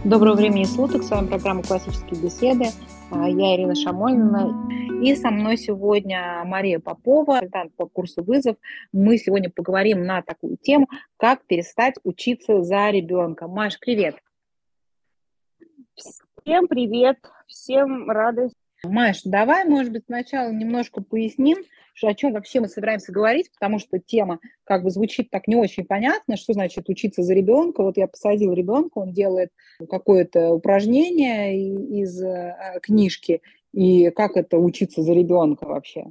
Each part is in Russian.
Доброго времени суток, с вами программа «Классические беседы». Я Ирина Шамольна. И со мной сегодня Мария Попова, консультант по курсу «Вызов». Мы сегодня поговорим на такую тему, как перестать учиться за ребенка. Маш, привет. Всем привет, всем рады. Маш, давай, может быть, сначала немножко поясним, о чем вообще мы собираемся говорить, потому что тема как бы звучит так не очень понятно, что значит учиться за ребенка. Вот я посадил ребенка, он делает какое-то упражнение из книжки, и как это учиться за ребенка вообще?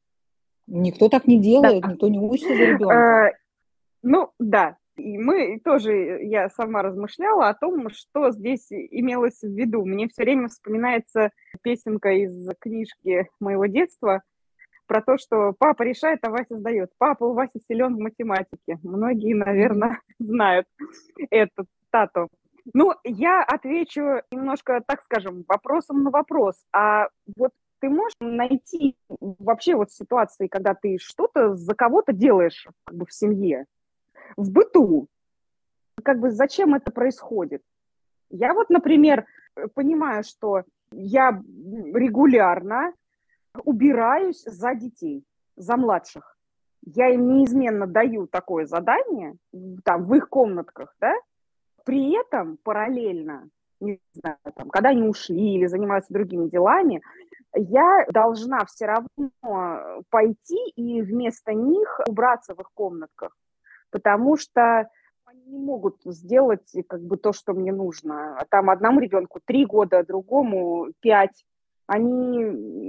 Никто так не Да. делает, никто не учится за ребенка. Ну, да, и мы тоже, я сама размышляла о том, что здесь имелось в виду. Мне все время вспоминается песенка из книжки моего детства про то, что папа решает, а Вася сдает. Папа у Васи силен в математике. Многие, Мгм. наверное, знают эту тату. Ну, я отвечу немножко, так скажем, вопросом на вопрос. А вот ты можешь найти вообще вот ситуации, когда ты что-то за кого-то делаешь как бы в семье, в быту? Как бы зачем это происходит? Я вот, например, понимаю, что я регулярно убираюсь за детей, за младших. Я им неизменно даю такое задание там в их комнатках, да, при этом параллельно, не знаю, там, когда они ушли или занимаются другими делами, я должна все равно пойти и вместо них убраться в их комнатках, потому что они не могут сделать как бы то, что мне нужно. Там одному ребенку 3 года, другому 5. Они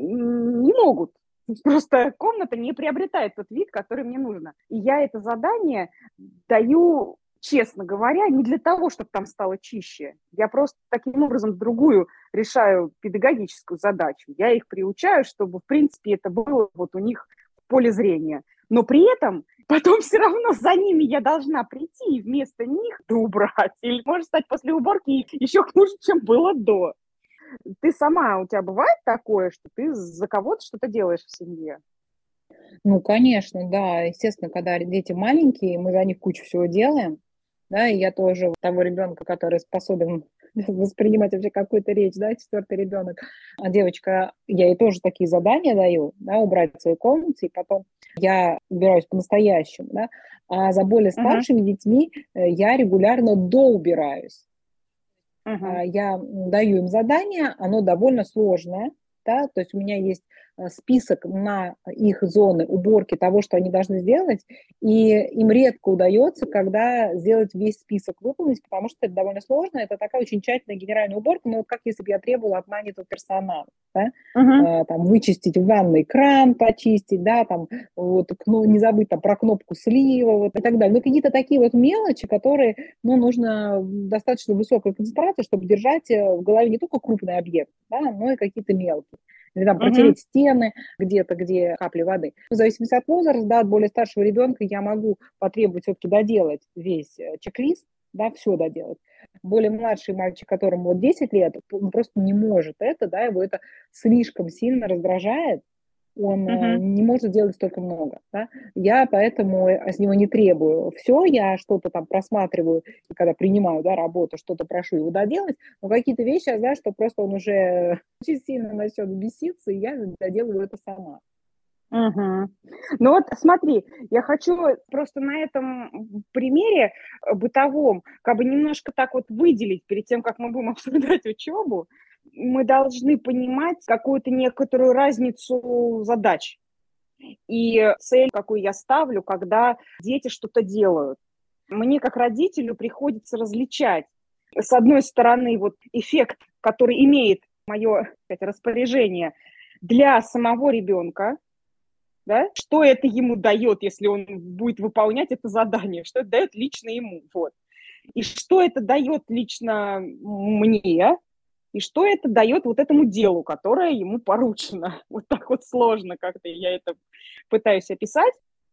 не могут. Просто комната не приобретает тот вид, который мне нужно. И я это задание даю, честно говоря, не для того, чтобы там стало чище. Я просто таким образом другую решаю педагогическую задачу. Я их приучаю, чтобы, в принципе, это было вот у них в поле зрения. Но при этом потом все равно за ними я должна прийти и вместо них убрать. Или может стать после уборки еще хуже, чем было до. Ты сама, у тебя бывает такое, что ты за кого-то что-то делаешь в семье? Ну, конечно, да. Естественно, когда дети маленькие, мы за них кучу всего делаем. Да, и я тоже того ребенка, который способен воспринимать вообще какую-то речь, да, четвертый ребенок. А девочка, я ей тоже такие задания даю, да, убрать в своей комнате, и потом я убираюсь по-настоящему, да. А за более Мгм, старшими детьми я регулярно доубираюсь. мгм, Я даю им задание, оно довольно сложное, да, то есть у меня есть список на их зоны уборки того, что они должны сделать, и им редко удается, когда сделать весь список выполнить, потому что это довольно сложно, это такая очень тщательная генеральная уборка, но вот как если бы я требовала от нанятого персонала, да, мгм, там, вычистить в ванной кран, почистить, да, там, вот, ну, не забыть там про кнопку слива, вот, и так далее. Ну, какие-то такие вот мелочи, которые, ну, нужно достаточно высокой концентрации, чтобы держать в голове не только крупный объект, да, но и какие-то мелкие. Или там мгм, протереть стены где-то, где капли воды. В зависимости от возраста, да, от более старшего ребенка я могу потребовать все-таки доделать весь чек-лист, да, все доделать. Более младший мальчик, которому вот 10 лет, он просто не может это, да, его это слишком сильно раздражает, он мгм. не может делать столько много. Да? Я поэтому с него не требую. Все, я что-то там просматриваю, и когда принимаю, да, работу, что-то прошу его доделать, но какие-то вещи я знаю, что просто он уже очень сильно начнет беситься, и я доделаю это сама. Мгм. Ну вот смотри, я хочу просто на этом примере бытовом как бы немножко так вот выделить перед тем, как мы будем обсуждать учебу, мы должны понимать какую-то некоторую разницу задач и цель, какую я ставлю, когда дети что-то делают. Мне как родителю приходится различать, с одной стороны, вот эффект, который имеет мое распоряжение для самого ребенка, да, что это ему дает, если он будет выполнять это задание, что это дает лично ему, вот. И что это дает лично мне, и что это дает вот этому делу, которое ему поручено. Вот так вот сложно как-то я это пытаюсь описать,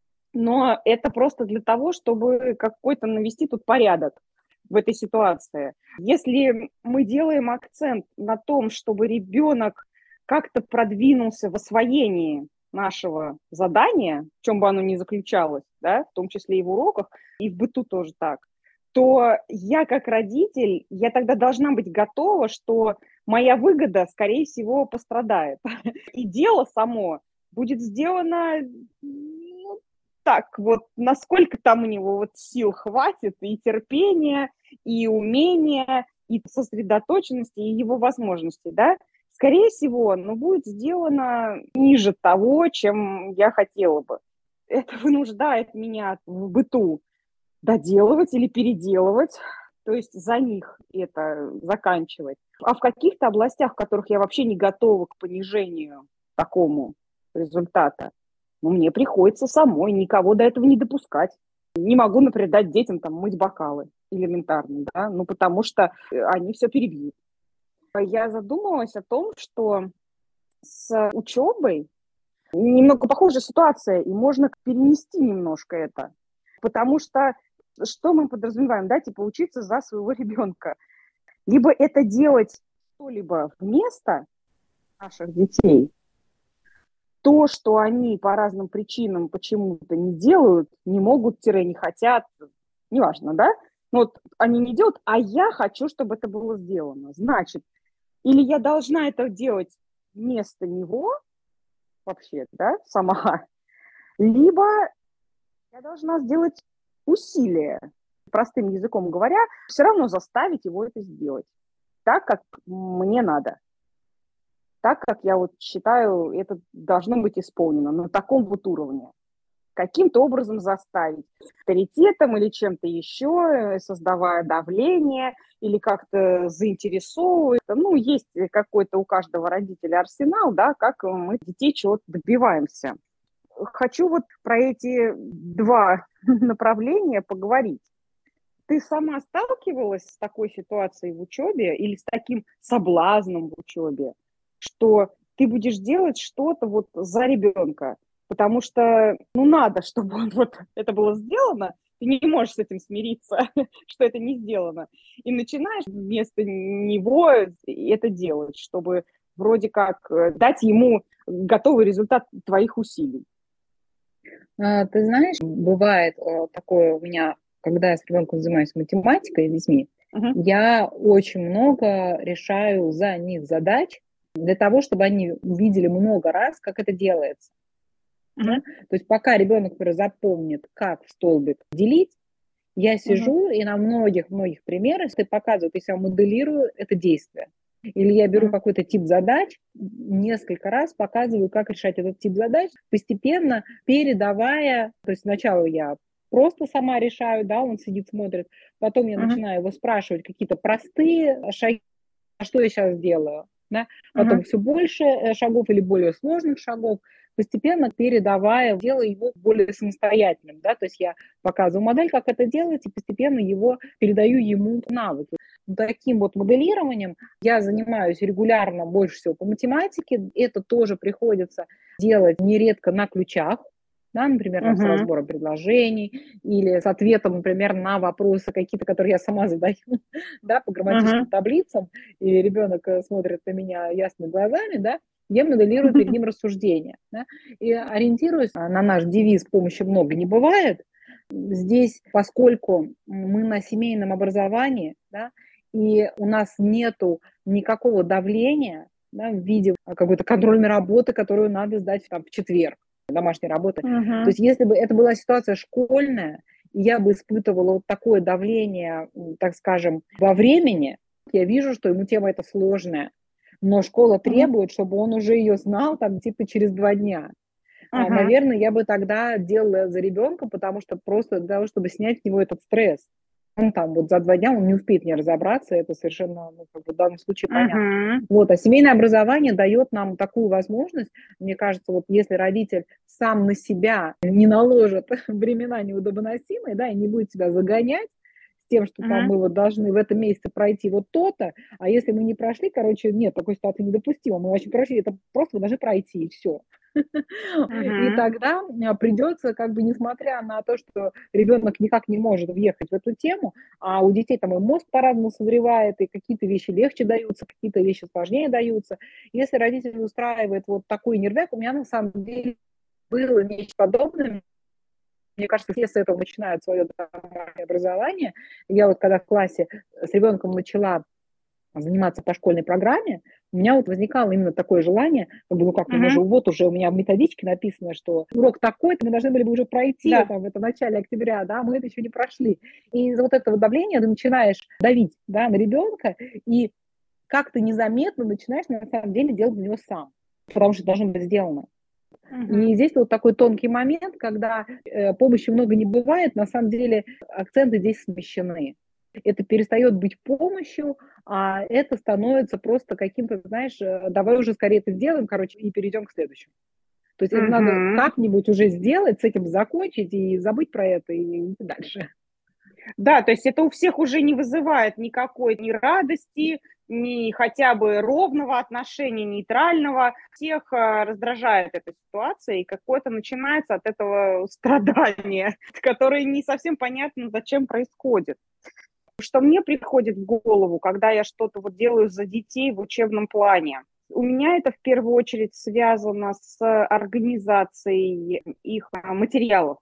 но это просто для того, чтобы какой-то навести тут порядок в этой ситуации. Если мы делаем акцент на том, чтобы ребенок как-то продвинулся в освоении нашего задания, в чем бы оно ни заключалось, да, в том числе и в уроках, и в быту тоже так, то я как родитель, я тогда должна быть готова, что моя выгода, скорее всего, пострадает. И дело само будет сделано, ну, так вот, насколько там у него вот сил хватит, и терпения, и умения, и сосредоточенности, и его возможностей, да. Скорее всего, оно будет сделано ниже того, чем я хотела бы. Это вынуждает меня в быту доделывать или переделывать, то есть за них это заканчивать. А в каких-то областях, в которых я вообще не готова к понижению такому результата, ну, мне приходится самой никого до этого не допускать. Не могу, например, дать детям там мыть бокалы элементарно, да, ну, потому что они все перебьют. Я задумалась о том, что с учебой немного похожая ситуация, и можно перенести немножко это. Потому что мы подразумеваем, да, типа учиться за своего ребенка. Либо это делать что-либо вместо наших детей, то, что они по разным причинам почему-то не делают, не могут, не хотят, неважно, да, но вот они не делают, а я хочу, чтобы это было сделано. Значит, или я должна это делать вместо него, вообще, да, сама, либо я должна сделать усилие, простым языком говоря, все равно заставить его это сделать так, как мне надо, так, как я вот считаю, это должно быть исполнено на таком вот уровне. Каким-то образом заставить авторитетом или чем-то еще, создавая давление или как-то заинтересовывать. Ну, есть какой-то у каждого родителя арсенал, да, как мы детей чего-то добиваемся. Хочу вот про эти два направления поговорить. Ты сама сталкивалась с такой ситуацией в учебе или с таким соблазном в учебе, что ты будешь делать что-то вот за ребенка, потому что, ну, надо, чтобы вот это было сделано, ты не можешь с этим смириться, что это не сделано, и начинаешь вместо него это делать, чтобы вроде как дать ему готовый результат твоих усилий. Ты знаешь, бывает такое у меня, когда я с ребенком занимаюсь математикой, с детьми, я очень много решаю за них задач для того, чтобы они увидели много раз, как это делается. Да? То есть пока ребенок, например, запомнит, как в столбик делить, я сижу и на многих-многих примерах показываю, если я моделирую это действие. Или я беру какой-то тип задач, несколько раз показываю, как решать этот тип задач, постепенно передавая, то есть сначала я просто сама решаю, да, он сидит, смотрит, потом я начинаю его спрашивать какие-то простые шаги, а что я сейчас делаю, да? Потом все больше шагов или более сложных шагов, постепенно передавая, делая его более самостоятельным, да, то есть я показываю модель, как это делать, и постепенно его передаю ему навыки. Таким вот моделированием я занимаюсь регулярно, больше всего по математике, это тоже приходится делать нередко на ключах, да, например, с разбором предложений или с ответом, например, на вопросы какие-то, которые я сама задаю, да, по грамматическим таблицам, и ребенок смотрит на меня ясными глазами, да, я моделирую перед ним рассуждения, да, и ориентируюсь на наш девиз «помощи много не бывает». Здесь, поскольку мы на семейном образовании, да, и у нас нету никакого давления, да, в виде какой-то контрольной работы, которую надо сдать там, в четверг, домашней работы. То есть если бы это была ситуация школьная, и я бы испытывала вот такое давление, так скажем, во времени, я вижу, что ему тема эта сложная, но школа требует, чтобы он уже ее знал там типа через 2 дня. Наверное, я бы тогда делала за ребенка, потому что просто для того, чтобы снять с него этот стресс. Он там вот за 2 дня он не успеет не разобраться, это совершенно, ну, как бы в данном случае понятно. Вот, а семейное образование дает нам такую возможность, мне кажется, вот если родитель сам на себя не наложит времена неудобоносимые, да, и не будет себя загонять с тем, что там мы вот должны в этом месяце пройти вот то-то, а если мы не прошли, короче, нет, такой ситуации недопустимо, мы очень прошли, это просто вы должны пройти, и все. И тогда придется, как бы, несмотря на то, что ребенок никак не может въехать в эту тему, а у детей там и мозг по-разному созревает, и какие-то вещи легче даются, какие-то вещи сложнее даются. Если родитель устраивает вот такой нервяк, у меня на самом деле было нечто подобное. Мне кажется, все с этого начинают свое домашнее образование. Я вот когда в классе с ребенком начала заниматься по школьной программе, у меня вот возникало именно такое желание, как бы, ну как, ну мы же, Мгм. вот уже у меня в методичке написано, что урок такой-то мы должны были бы уже пройти, Да. там, это в начале октября, да, мы это еще не прошли. И из-за вот этого давления ты начинаешь давить, да, на ребенка, и как-то незаметно начинаешь, на самом деле, делать для него сам, потому что должно быть сделано. И Мгм. здесь вот такой тонкий момент, когда помощи много не бывает, на самом деле акценты здесь смещены. Это перестает быть помощью, а это становится просто каким-то, знаешь, давай уже скорее это сделаем, короче, и перейдем к следующему. То есть это надо Мгм. как-нибудь уже сделать, с этим закончить и забыть про это и идти дальше. Да, то есть это у всех уже не вызывает никакой ни радости, ни хотя бы ровного отношения, нейтрального. Всех раздражает эта ситуация, и какое-то начинается от этого страдание, которое не совсем понятно, зачем происходит. Что мне приходит в голову, когда я что-то вот делаю за детей в учебном плане? У меня это в первую очередь связано с организацией их материалов.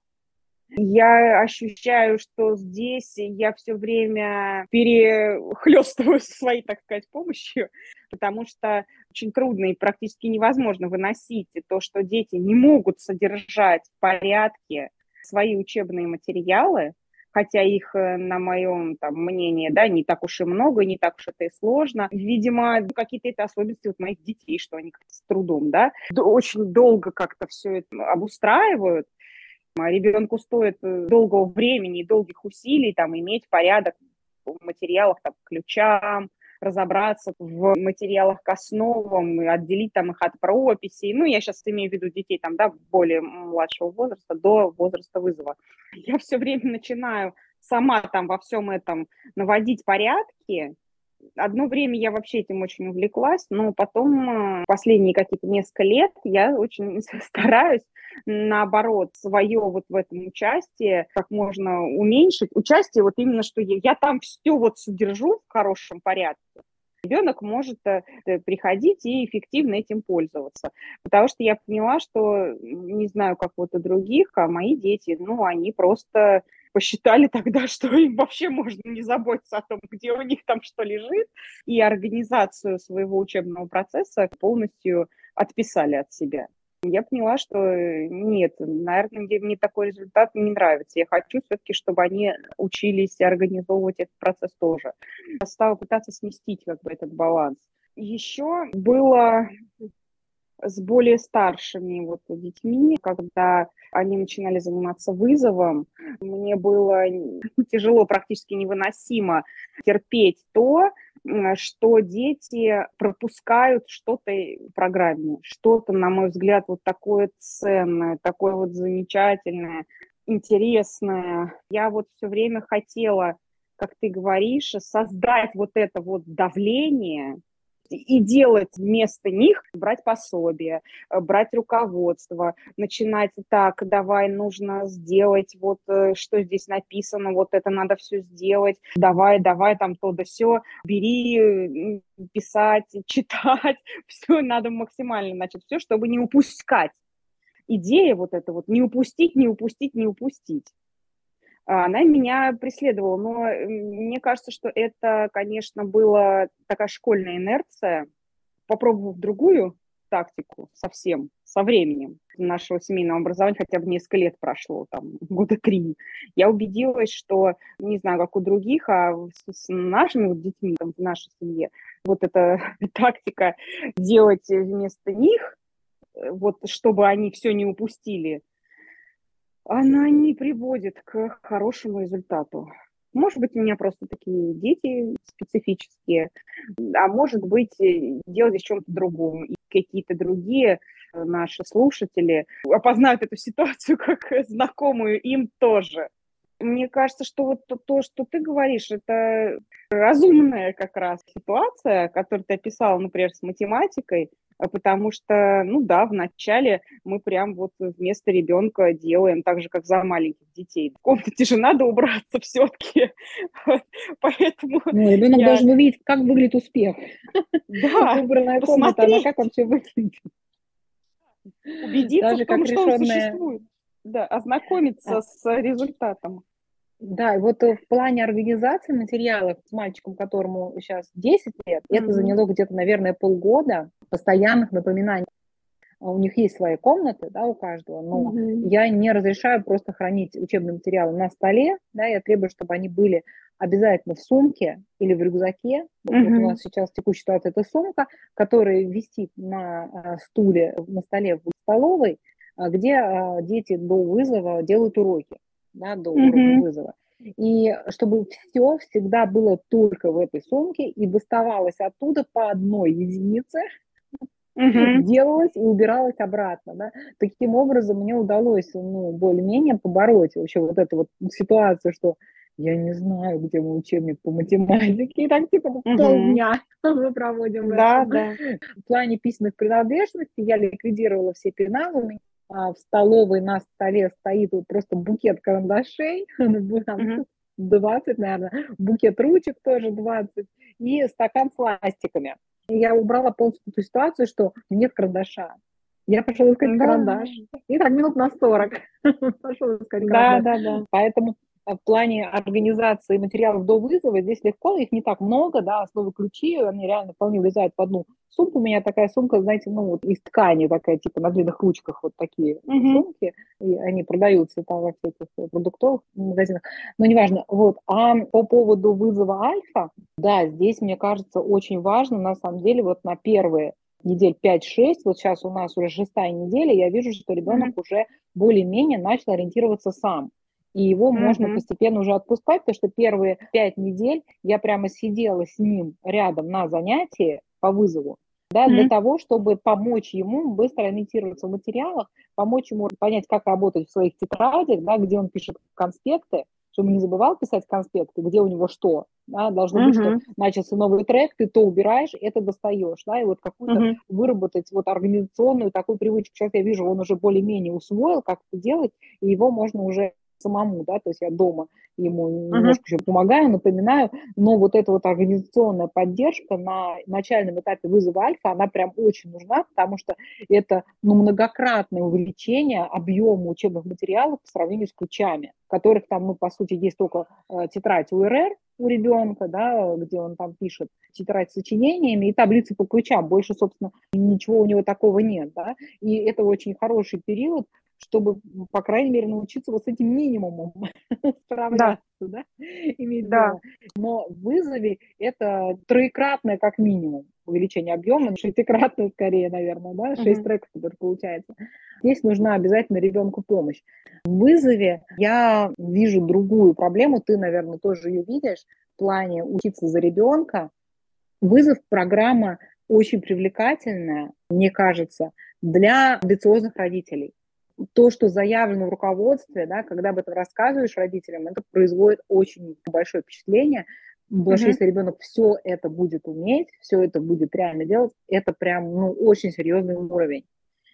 Я ощущаю, что здесь я все время перехлестываю своей, так сказать, помощью, потому что очень трудно и практически невозможно выносить то, что дети не могут содержать в порядке свои учебные материалы, хотя их, на моем там, мнении, да, не так уж и много, не так уж это и сложно. Видимо, какие-то это особенности вот моих детей, что они как-то с трудом, да, очень долго как-то все это обустраивают, а ребенку стоит долгого времени и долгих усилий там, иметь порядок в материалах там, к ключам, разобраться в материалах к основам, и отделить там их от прописей. Ну, я сейчас имею в виду детей там, да, более младшего возраста, до возраста вызова. Я все время начинаю сама там во всем этом наводить порядки. Одно время я вообще этим очень увлеклась, но потом последние какие-то несколько лет я очень стараюсь, наоборот, свое вот в этом участие как можно уменьшить. Участие вот именно, что я там все вот содержу в хорошем порядке. Ребенок может приходить и эффективно этим пользоваться. Потому что я поняла, что не знаю, как вот у других, а мои дети, ну, они просто посчитали тогда, что им вообще можно не заботиться о том, где у них там что лежит, и организацию своего учебного процесса полностью отписали от себя. Я поняла, что нет, наверное, мне такой результат не нравится. Я хочу все-таки, чтобы они учились организовывать этот процесс тоже. Стала пытаться сместить как бы этот баланс. Еще было с более старшими вот детьми, когда они начинали заниматься вызовом, мне было тяжело, практически невыносимо терпеть то, что дети пропускают что-то в программе, что-то, на мой взгляд, вот такое ценное, такое вот замечательное, интересное. Я вот все время хотела, как ты говоришь, создать вот это вот давление, и делать вместо них, брать пособие, брать руководство, начинать так, давай, нужно сделать вот, что здесь написано, вот это надо все сделать, давай, там то да сё, бери, писать, читать, все надо максимально, значит, все, чтобы не упускать. Идея вот эта вот, не упустить, не упустить, не упустить. Она меня преследовала, но мне кажется, что это, конечно, была такая школьная инерция. Попробовав другую тактику совсем со временем нашего семейного образования, хотя бы несколько лет прошло, там, года 3, я убедилась, что, не знаю, как у других, а с нашими вот детьми, там, в нашей семье, вот эта тактика делать вместо них, вот чтобы они все не упустили, она не приводит к хорошему результату. Может быть, у меня просто такие дети специфические, а может быть, дело здесь в чем-то другом. И какие-то другие наши слушатели опознают эту ситуацию как знакомую им тоже. Мне кажется, что вот то, что ты говоришь, это разумная как раз ситуация, которую ты описала, например, с математикой, потому что, ну да, вначале мы прям вот вместо ребенка делаем так же, как за маленьких детей. В комнате же надо убраться все-таки, поэтому Ну, ребенок я, должен увидеть, как выглядит успех. да, Убранная комната, она посмотреть, как вообще выглядит? Так убедиться в же, как том, что он решенная существует. Да, ознакомиться с результатом. Да, и вот в плане организации материалов с мальчиком, которому сейчас 10 лет, это Мгм. заняло где-то, наверное, полгода постоянных напоминаний. У них есть свои комнаты, да, у каждого, но Мгм. я не разрешаю просто хранить учебные материалы на столе, да, я требую, чтобы они были обязательно в сумке или в рюкзаке. Вот у Мгм. нас сейчас текущая ситуация – это сумка, которая висит на стуле, на столе в столовой, где дети до вызова делают уроки, да, до урока Мгм. вызова. И чтобы все всегда было только в этой сумке и доставалось оттуда по одной единице, Мгм. делалось и убиралось обратно, да. Таким образом, мне удалось, ну, более-менее побороть вообще вот эту вот ситуацию, что я не знаю, где мой учебник по математике, и так типа Мгм. полдня мы проводим в Да, этом. да. В плане письменных принадлежностей я ликвидировала все пеналы, у меня в столовой на столе стоит вот просто букет карандашей, там Мгм. 20, наверное, букет ручек тоже 20 и стакан с ластиками. И я убрала полностью эту ситуацию, что нет карандаша. Я пошла искать Да, карандаш. И так минут на 40 пошел искать да, карандаш. да, да. Поэтому в плане организации материалов до вызова здесь легко, их не так много, да, основы ключи, они реально вполне влезают в одну сумку. У меня такая сумка, знаете, ну вот из ткани такая, типа на длинных ручках вот такие Мгм. сумки, и они продаются там во всяких продуктовых магазинах, но неважно. Вот. А по поводу вызова альфа, да, здесь, мне кажется, очень важно, на самом деле, вот на первые недель 5-6, вот сейчас у нас уже 6-я неделя, я вижу, что ребенок Мгм. уже более-менее начал ориентироваться сам. И его можно Мгм. постепенно уже отпускать, потому что первые 5 недель я прямо сидела с ним рядом на занятии по вызову, да, для Мгм. того, чтобы помочь ему быстро ориентироваться в материалах, помочь ему понять, как работать в своих тетрадях, да, где он пишет конспекты, чтобы не забывал писать конспекты, где у него что. Да, должно быть, что Мгм. начался новый трек, ты то убираешь, это достаешь, да, и вот какую-то Мгм. выработать вот организационную такую привычку. Сейчас я вижу, он уже более-менее усвоил, как это делать, и его можно уже самому, да, то есть я дома ему Мгм. немножко еще помогаю, напоминаю, но вот эта вот организационная поддержка на начальном этапе вызова альфа, она прям очень нужна, потому что это, ну, многократное увеличение объема учебных материалов по сравнению с ключами, которых там, ну, по сути, есть только тетрадь УРР у ребенка, да, где он там пишет, тетрадь с сочинениями и таблицы по ключам. Больше, собственно, ничего у него такого нет, да. И это очень хороший период, чтобы, по крайней мере, научиться вот с этим минимумом Да, справляться, да, иметь да. дело. Но в вызове это троекратное как минимум увеличение объема, шестикратное скорее, наверное, да, 6 Мгм. треков теперь получается. Здесь нужна обязательно ребенку помощь. В вызове я вижу другую проблему, ты, наверное, тоже ее видишь, в плане учиться за ребенка. Вызов программа очень привлекательная, мне кажется, для амбициозных родителей. То, что заявлено в руководстве, да, когда об этом рассказываешь родителям, это производит очень большое впечатление, потому что Мгм. если ребенок все это будет уметь, все это будет реально делать, это прям, ну, очень серьезный уровень.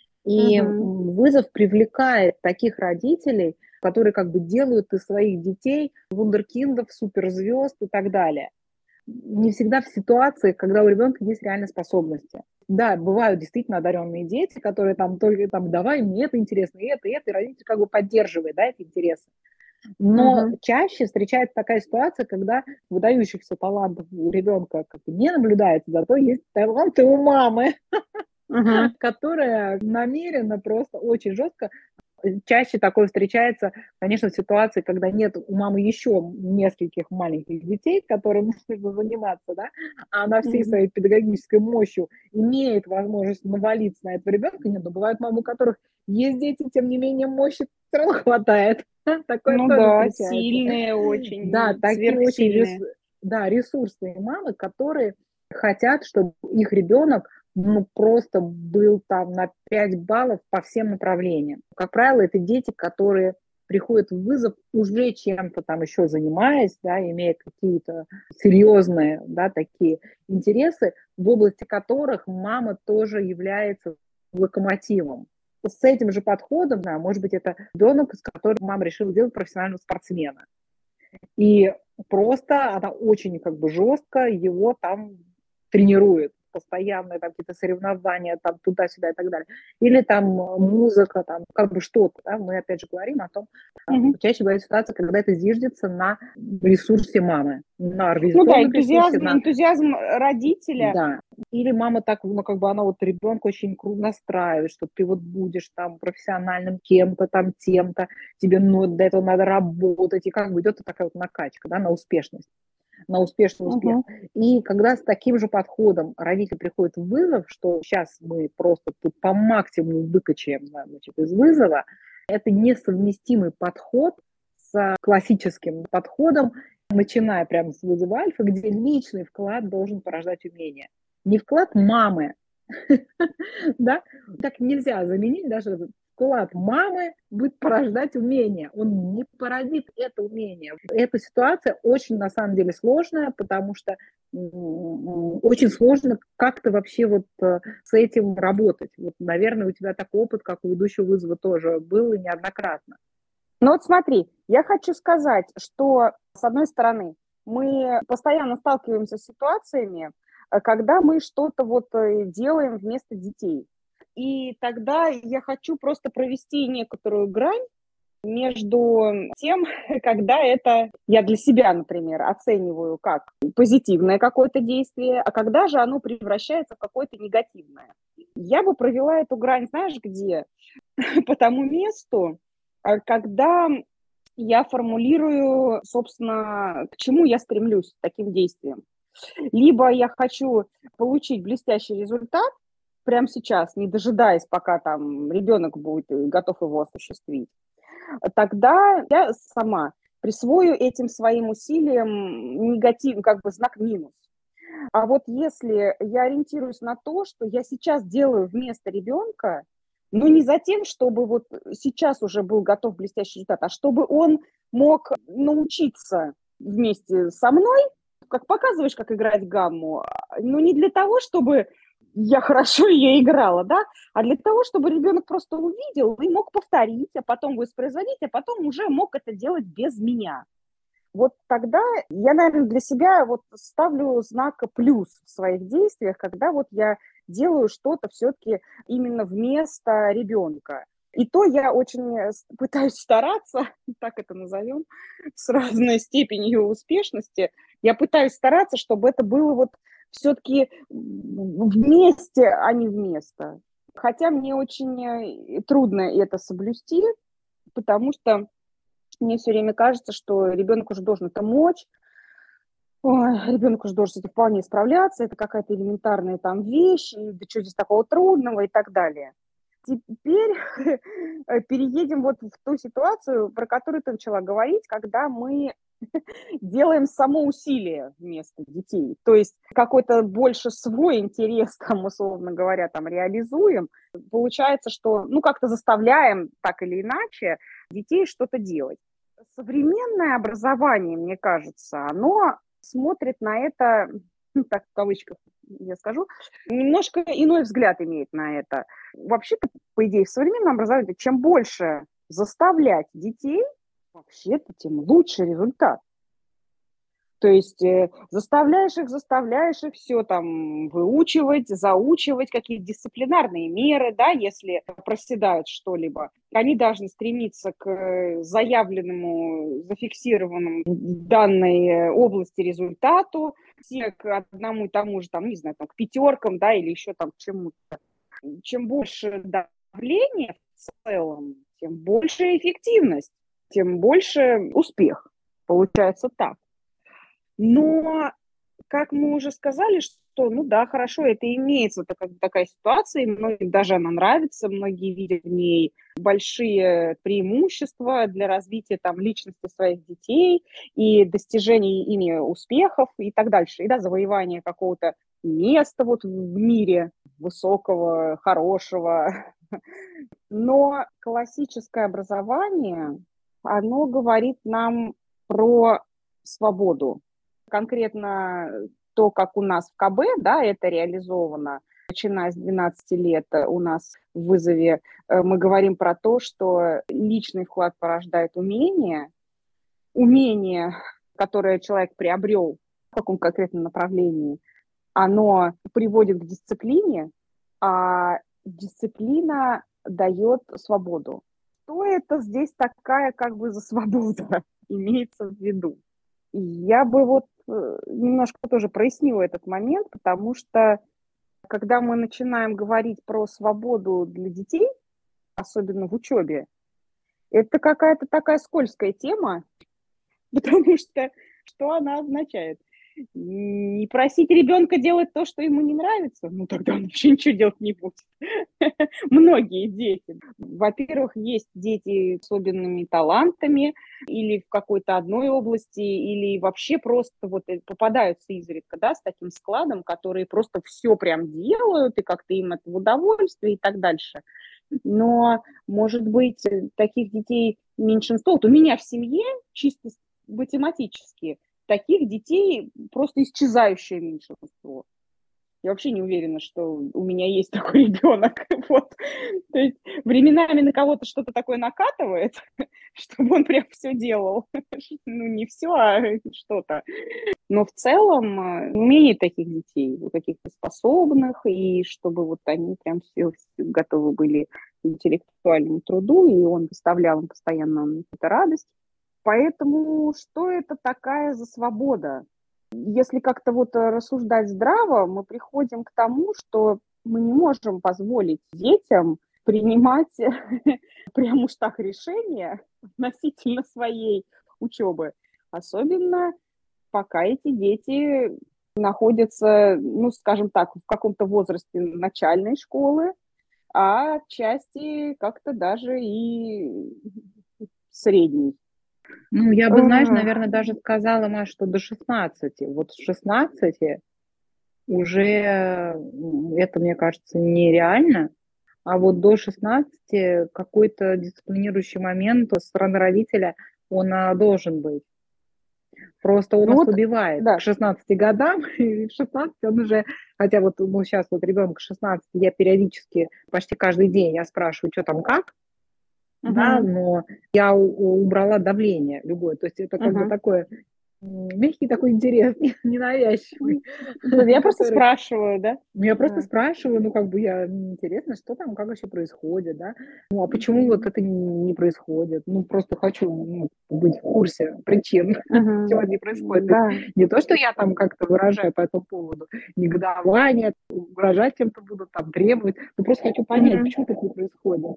И Мгм. вызов привлекает таких родителей, которые как бы делают из своих детей вундеркиндов, суперзвезд и так далее. Не всегда в ситуации, когда у ребенка есть реальные способности. Да, бывают действительно одаренные дети, которые там только там, давай, мне это интересно, и это, и родитель как бы поддерживает, да, эти интересы. Но Мгм. чаще встречается такая ситуация, когда выдающихся талантов у ребенка как бы не наблюдается, зато есть таланты у мамы, Мгм. которая намеренно просто очень жестко. Чаще такое встречается, конечно, в ситуации, когда нет у мамы еще нескольких маленьких детей, которым нужно заниматься, да, а она всей Мгм. своей педагогической мощью имеет возможность навалиться на этого ребенка. Нет, но бывают мамы, у которых есть дети, тем не менее мощи все равно хватает. Такое Ну тоже да, встречается. сильные Да, очень, такие очень сверхсильные. да, ресурсные мамы, которые хотят, чтобы их ребенок ну, просто был там на 5 баллов по всем направлениям. Как правило, это дети, которые приходят в вызов уже чем-то там еще занимаясь, да, имея какие-то серьезные, да, такие интересы, в области которых мама тоже является локомотивом. С этим же подходом, да, может быть, это ребенок, с которым мама решила делать профессионального спортсмена. И просто она очень как бы жестко его там тренирует. постоянные там какие-то соревнования, там туда-сюда и так далее. Или там музыка, там как бы что-то, да, мы опять же говорим о том, чаще бывает ситуация, когда это зиждется на ресурсе мамы, на Ну да, организационном ресурсе, энтузиазм родителя. да. Или мама так, ну, как бы она вот ребенка очень настраивает, что ты вот будешь там профессиональным кем-то, там, тем-то, тебе ну, для этого надо работать, и как бы идет такая вот накачка, да, на успешность, на успешный успех. И когда с таким же подходом родитель приходит в вызов, что сейчас мы просто тут по максимуму выкачаем, значит, из вызова, это несовместимый подход с классическим подходом, начиная прямо с вызова альфа, где личный вклад должен порождать умение. Не вклад мамы, да, так нельзя заменить даже этот вклад мамы будет порождать умение. Он не породит это умение. Эта ситуация очень, на самом деле, сложная, потому что очень сложно как-то вообще вот с этим работать. Вот, наверное, у тебя такой опыт, как у ведущего вызова, тоже был и неоднократно. Ну вот смотри, я хочу сказать, что, с одной стороны, мы постоянно сталкиваемся с ситуациями, когда мы что-то вот делаем вместо детей. И тогда я хочу просто провести некоторую грань между тем, когда это я для себя, например, оцениваю как позитивное какое-то действие, а когда же оно превращается в какое-то негативное. Я бы провела эту грань, знаешь, где? По тому месту, когда я формулирую, собственно, к чему я стремлюсь таким действием. Либо я хочу получить блестящий результат прямо сейчас, не дожидаясь, пока там ребенок будет готов его осуществить, тогда я сама присвою этим своим усилиям негатив, как бы знак минус. А вот если я ориентируюсь на то, что я сейчас делаю вместо ребенка, ну не за тем, чтобы вот сейчас уже был готов блестящий результат, а чтобы он мог научиться вместе со мной, как показываешь, как играть гамму, но не для того, чтобы я хорошо ее играла, да, а для того, чтобы ребенок просто увидел и мог повторить, а потом воспроизводить, а потом уже мог это делать без меня. Вот тогда я, наверное, для себя вот ставлю знак плюс в своих действиях, когда вот я делаю что-то все-таки именно вместо ребенка. И то я очень пытаюсь стараться, так это назовем, с разной степенью успешности. Я пытаюсь стараться, чтобы это было вот все-таки вместе, а не вместо. Хотя мне очень трудно это соблюсти, потому что мне все время кажется, что ребенок уже должен это мочь, ребенок уже должен с этим вполне справляться, это какая-то элементарная там вещь, да что здесь такого трудного и так далее. Теперь переедем вот в ту ситуацию, про которую ты начала говорить, когда мы делаем само усилие вместо детей. То есть какой-то больше свой интерес, там, условно говоря, там, реализуем. Получается, что, ну, как-то заставляем так или иначе детей что-то делать. Современное образование, мне кажется, оно смотрит на это, ну, так в кавычках я скажу, немножко иной взгляд имеет на это. Вообще-то, по идее, в современном образовании, чем больше заставлять детей, вообще-то, тем лучше результат. То есть заставляешь их все там выучивать, заучивать, какие-то дисциплинарные меры, да, если проседают что-либо. Они должны стремиться к заявленному, зафиксированному в данной области результату, все к одному и тому же, там, не знаю, там, к пятеркам, да, или еще там к чему-то. Чем больше давления в целом, тем больше эффективность, тем больше успех. Получается так. Но, как мы уже сказали, что, ну да, хорошо, это имеется такая ситуация, и многим даже она нравится, многие видят в ней большие преимущества для развития там личности своих детей и достижения ими успехов и так дальше, и да, завоевания какого-то места вот в мире высокого, хорошего. Но классическое образование, оно говорит нам про свободу. Конкретно то, как у нас в КБ, да, это реализовано, начиная с 12 лет у нас в вызове, мы говорим про то, что личный вклад порождает умение, которое человек приобрел в каком конкретном направлении, оно приводит к дисциплине, а дисциплина дает свободу. Что это здесь такая как бы за свобода имеется в виду? Я бы вот немножко тоже прояснила этот момент, потому что когда мы начинаем говорить про свободу для детей, особенно в учебе, это какая-то такая скользкая тема, потому что она означает? Не просить ребенка делать то, что ему не нравится, ну тогда он вообще ничего делать не будет. Многие дети. Во-первых, есть дети с особенными талантами или в какой-то одной области, или вообще просто вот попадаются изредка, да, с таким складом, которые просто все прям делают, и как-то им это в удовольствие и так дальше. Но, может быть, таких детей меньшинство. Вот у меня в семье чисто математически таких детей просто исчезающее меньшинство. Я вообще не уверена, что у меня есть такой ребенок. Вот. То есть временами на кого-то что-то такое накатывает, чтобы он прям все делал. Ну, не все, а что-то. Но в целом умеет таких детей, каких-то способных, и чтобы вот они прям все готовы были к интеллектуальному труду, и он доставлял им постоянно какую-то радость. Поэтому что это такая за свобода? Если как-то вот рассуждать здраво, мы приходим к тому, что мы не можем позволить детям принимать прям уж так решения относительно своей учебы. Особенно пока эти дети находятся, ну, скажем так, в каком-то возрасте начальной школы, а отчасти как-то даже и средней. Ну, я бы, знаешь, наверное, даже сказала, Маш, что до 16. Вот с 16 уже это, мне кажется, нереально. А вот до 16 какой-то дисциплинирующий момент со стороны родителя, он должен быть. Просто он Ну вот, ослабевает к да. 16 годам, и в 16 он уже, хотя вот ну, сейчас вот ребенок 16, я периодически, почти каждый день я спрашиваю, что там как, да, но я убрала давление любое, то есть это как бы такое мягкий такой интерес, ненавязчивый. Я просто спрашиваю, да? Ну, я просто спрашиваю, ну, как бы я, интересно, что там, как вообще происходит, да? Ну, а почему вот это не происходит? Ну, просто хочу быть в курсе причин, чего не происходит. Да. Не то, что я там как-то выражаю по этому поводу негодование, выражать чем-то буду, там, требовать. Ну, просто хочу понять, почему так не происходит.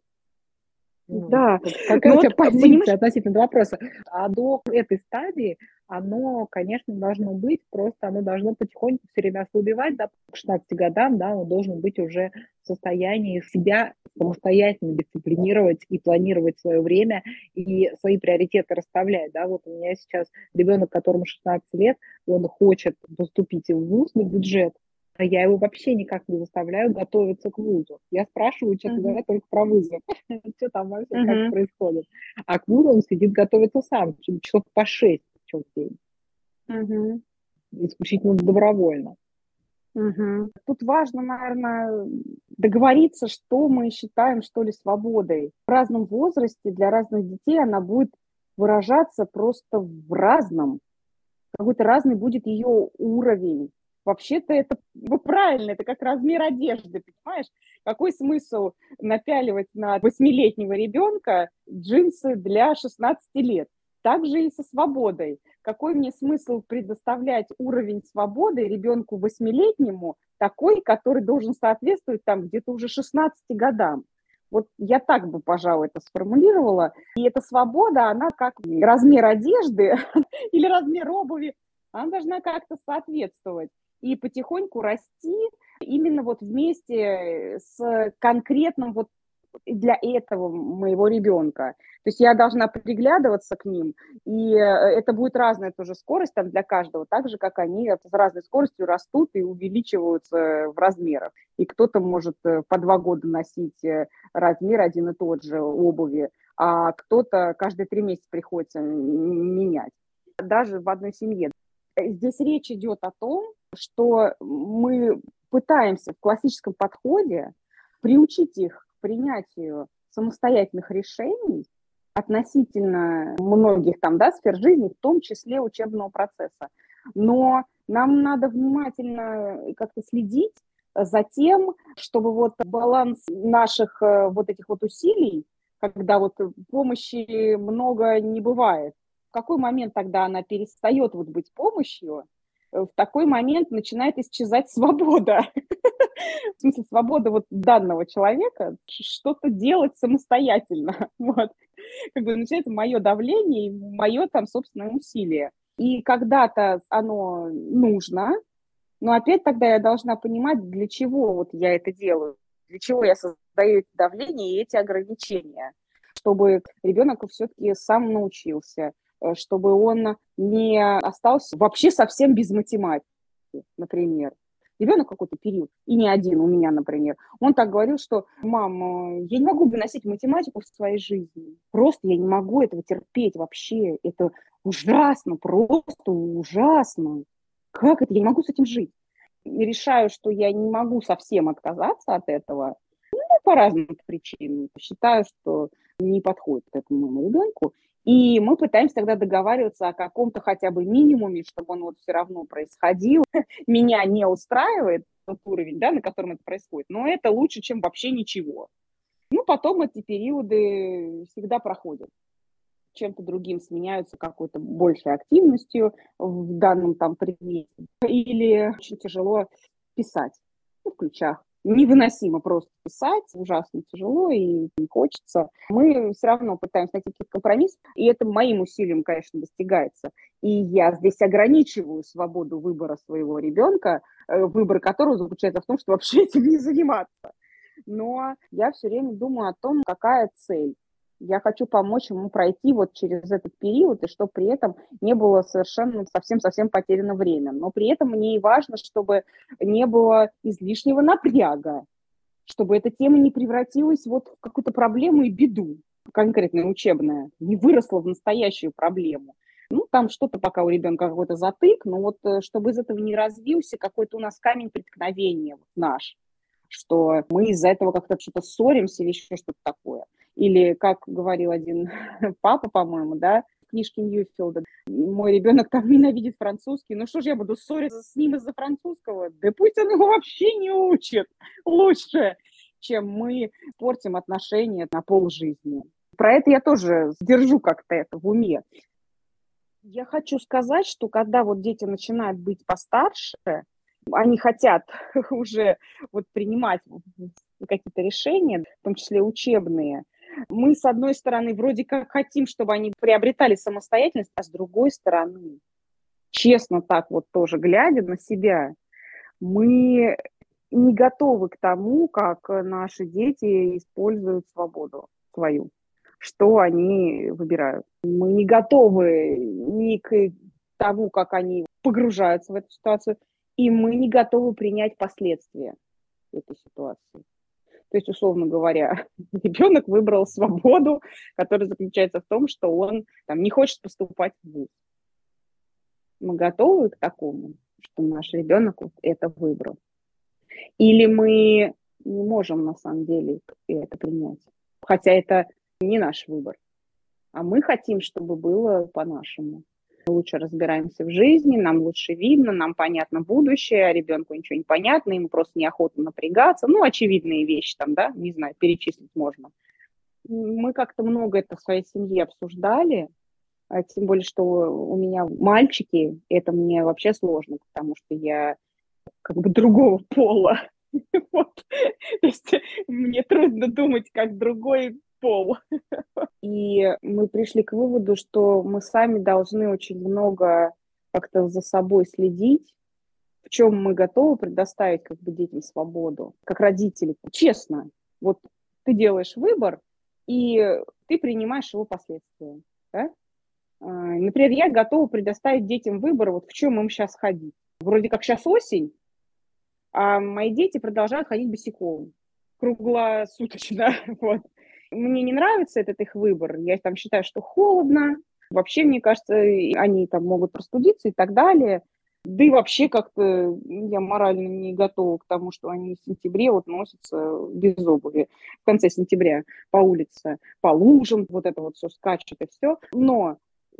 Да. Какая Ну у тебя вот, позиция понимаешь, относительно этого вопроса? А до этой стадии оно, конечно, должно быть, просто оно должно потихоньку все время ослабевать, да, к 16 годам, да, он должен быть уже в состоянии себя самостоятельно дисциплинировать и планировать свое время и свои приоритеты расставлять, да, вот у меня сейчас ребенок, которому 16 лет, он хочет поступить в вуз на бюджет, а я его вообще никак не заставляю готовиться к вузу. Я спрашиваю, честно говоря, только про вызов. Что там вообще, как происходит. А к вузу он сидит готовиться сам, часов по 6 в день. Исключительно добровольно. Тут важно, наверное, договориться, что мы считаем, что ли, свободой. В разном возрасте для разных детей она будет выражаться просто в разном. Какой-то разный будет ее уровень. Вообще-то это правильно, это как размер одежды, понимаешь? Какой смысл напяливать на 8-летнего ребенка джинсы для 16 лет? Так же и со свободой. Какой мне смысл предоставлять уровень свободы ребенку 8-летнему, такой, который должен соответствовать там где-то уже 16 годам? Вот я так бы, пожалуй, это сформулировала. И эта свобода, она как размер одежды или размер обуви, она должна как-то соответствовать и потихоньку расти именно вот вместе с конкретным вот для этого моего ребенка. То есть я должна приглядываться к ним, и это будет разная тоже скорость там для каждого, так же, как они с разной скоростью растут и увеличиваются в размерах. И кто-то может по 2 года носить размер один и тот же обуви, а кто-то каждые 3 месяца приходится менять. Даже в одной семье. Здесь речь идет о том, что мы пытаемся в классическом подходе приучить их к принятию самостоятельных решений относительно многих там, да, сфер жизни, в том числе учебного процесса. Но нам надо внимательно как-то следить за тем, чтобы вот баланс наших вот этих вот усилий, когда вот помощи много не бывает, в какой момент тогда она перестает вот быть помощью, в такой момент начинает исчезать свобода. В смысле, свобода вот данного человека что-то делать самостоятельно. Вот. Как бы начинается мое давление и мое там собственное усилие. И когда-то оно нужно, но опять тогда я должна понимать, для чего вот я это делаю, для чего я создаю это давление и эти ограничения, чтобы ребенок все-таки сам научился, чтобы он не остался вообще совсем без математики, например. Ребенок какой-то период, и не один у меня, например, он так говорил, что: мам, я не могу выносить математику в своей жизни. Просто я не могу этого терпеть вообще. Это ужасно, просто ужасно. Как это? Я не могу с этим жить. И решаю, что я не могу совсем отказаться от этого, ну, по разным причинам. Считаю, что не подходит к этому моему ребенку. И мы пытаемся тогда договариваться о каком-то хотя бы минимуме, чтобы он вот все равно происходил. Меня не устраивает тот уровень, да, на котором это происходит, но это лучше, чем вообще ничего. Ну, потом эти периоды всегда проходят. Чем-то другим сменяются какой-то большей активностью в данном там предмете. Или очень тяжело писать, ну, в ключах. Невыносимо просто писать, ужасно тяжело и не хочется. Мы все равно пытаемся найти какие-то компромиссы, и это моим усилием, конечно, достигается. И я здесь ограничиваю свободу выбора своего ребенка, выбор которого заключается в том, что вообще этим не заниматься. Но я все время думаю о том, какая цель. Я хочу помочь ему пройти вот через этот период, и чтобы при этом не было совершенно совсем-совсем потеряно время. Но при этом мне и важно, чтобы не было излишнего напряга, чтобы эта тема не превратилась вот в какую-то проблему и беду, конкретно учебная, не выросла в настоящую проблему. Ну, там что-то пока у ребенка какой-то затык, но вот чтобы из этого не развился какой-то у нас камень преткновения вот наш, что мы из-за этого как-то что-то ссоримся или еще что-то такое. Или, как говорил один папа, по-моему, да, в книжке Ньюфилда, мой ребенок там ненавидит французский, ну что же я буду ссориться с ним из-за французского? Да пусть он его вообще не учит лучше, чем мы портим отношения на полжизни. Про это я тоже держу как-то это в уме. Я хочу сказать, что когда вот дети начинают быть постарше, они хотят уже вот принимать какие-то решения, в том числе учебные. Мы, с одной стороны, вроде как хотим, чтобы они приобретали самостоятельность, а с другой стороны, честно так вот тоже глядя на себя, мы не готовы к тому, как наши дети используют свободу свою, что они выбирают. Мы не готовы ни к тому, как они погружаются в эту ситуацию, и мы не готовы принять последствия этой ситуации. То есть, условно говоря, ребенок выбрал свободу, которая заключается в том, что он там, не хочет поступать в вуз. Мы готовы к такому, что наш ребенок вот это выбрал? Или мы не можем на самом деле это принять? Хотя это не наш выбор, а мы хотим, чтобы было по-нашему. Мы лучше разбираемся в жизни, нам лучше видно, нам понятно будущее, а ребенку ничего не понятно, ему просто неохота напрягаться. Ну, очевидные вещи там, да, не знаю, перечислить можно. Мы как-то много это в своей семье обсуждали, тем более, что у меня мальчики, это мне вообще сложно, потому что я как бы другого пола. Вот. То есть мне трудно думать, как другой пол. И мы пришли к выводу, что мы сами должны очень много как-то за собой следить, в чем мы готовы предоставить как бы детям свободу, как родители. Честно, вот ты делаешь выбор, и ты принимаешь его последствия. Да? Например, я готова предоставить детям выбор, вот в чем им сейчас ходить. Вроде как сейчас осень, а мои дети продолжают ходить босиком круглосуточно. Вот. Мне не нравится этот их выбор. Я там считаю, что холодно. Вообще, мне кажется, они там могут простудиться и так далее. Да и вообще как-то я морально не готова к тому, что они в сентябре вот носятся без обуви. В конце сентября по улице, по лужам, вот это вот все скачет и все. Но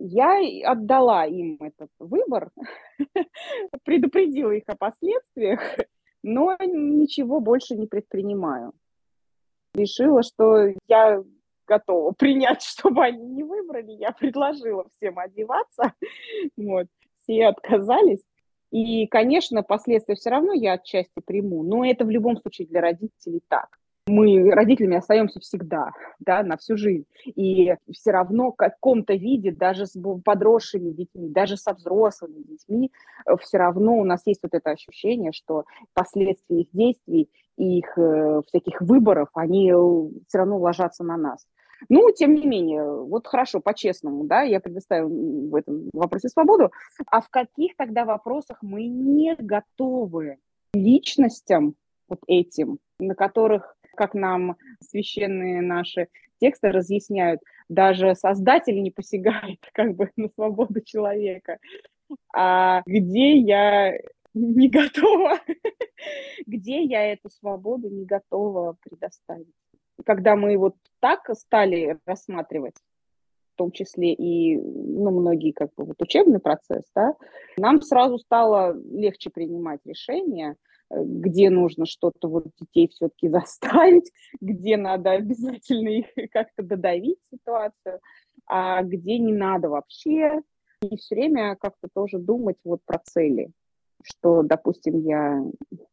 Я отдала им этот выбор, предупредила их о последствиях, но ничего больше не предпринимаю. Решила, что я готова принять, чтобы они не выбрали. Я предложила всем одеваться, вот, все отказались. И, конечно, последствия все равно я отчасти приму, но это в любом случае для родителей так. Мы родителями остаемся всегда, да, на всю жизнь. И все равно в каком-то виде, даже с подросшими детьми, даже со взрослыми детьми, все равно у нас есть вот это ощущение, что последствия их действий, их всяких выборов, они все равно ложатся на нас. Ну, тем не менее, вот хорошо, по-честному, да, я предоставила в этом вопросе свободу. А в каких тогда вопросах мы не готовы личностям вот этим, на которых, как нам священные наши тексты разъясняют, даже Создатель не посягает как бы на свободу человека. А где я не готова, где я эту свободу не готова предоставить? Когда мы вот так стали рассматривать, в том числе и многие как бы вот учебный процесс, да, нам сразу стало легче принимать решения, где нужно что-то вот детей все-таки заставить, где надо обязательно их как-то додавить ситуацию, а где не надо вообще. И все время как-то тоже думать вот про цели, что, допустим, я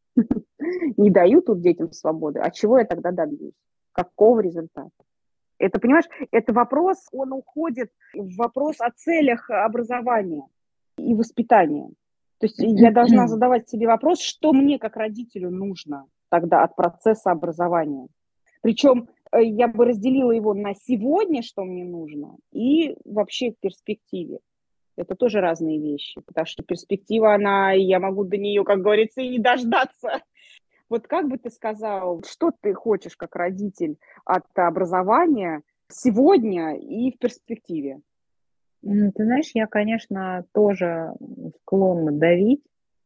не даю тут детям свободы, а чего я тогда добьюсь? Какого результата? Это, понимаешь, это вопрос, он уходит в вопрос о целях образования и воспитания. То есть я должна задавать себе вопрос, что мне как родителю нужно тогда от процесса образования. Причем я бы разделила его на сегодня, что мне нужно, и вообще в перспективе. Это тоже разные вещи, потому что перспектива, я могу до нее, как говорится, и не дождаться. Вот как бы ты сказал, что ты хочешь как родитель от образования сегодня и в перспективе? Ты знаешь, я, конечно, тоже склонна давить.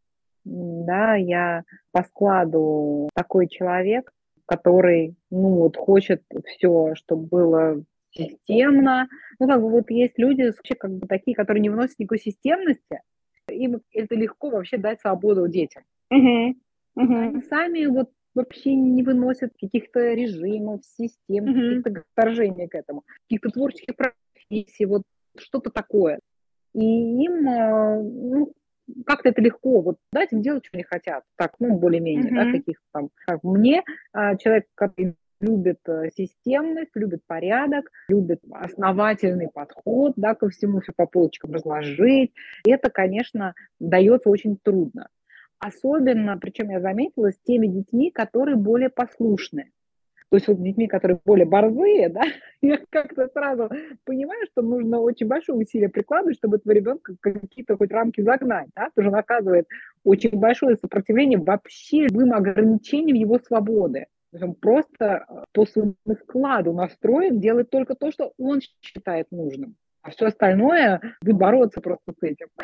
Да, я по складу такой человек, который, вот хочет все, чтобы было системно. Ну, как бы вот есть люди, вообще как бы такие, которые не вносят никакой системности, им это легко вообще дать свободу детям. Они сами вот вообще не выносят каких-то режимов, систем, каких-то вторжений к этому, каких-то творческих профессий, вот что-то такое. И им, как-то это легко, вот дать им делать, что они хотят, так, более-менее, да, каких-то там, как мне, человек, который любит системность, любит порядок, любит основательный подход, да, ко всему, все по полочкам разложить, это, конечно, дается очень трудно. Особенно, причем я заметила, с теми детьми, которые более послушные. То есть вот с детьми, которые более борзые, да, я как-то сразу понимаю, что нужно очень большое усилие прикладывать, чтобы этого ребенка какие-то хоть рамки загнать, да, потому что он оказывает очень большое сопротивление вообще любым ограничениям его свободы. То есть он просто по своему складу настроен делать только то, что он считает нужным. А все остальное будет бороться просто с этим.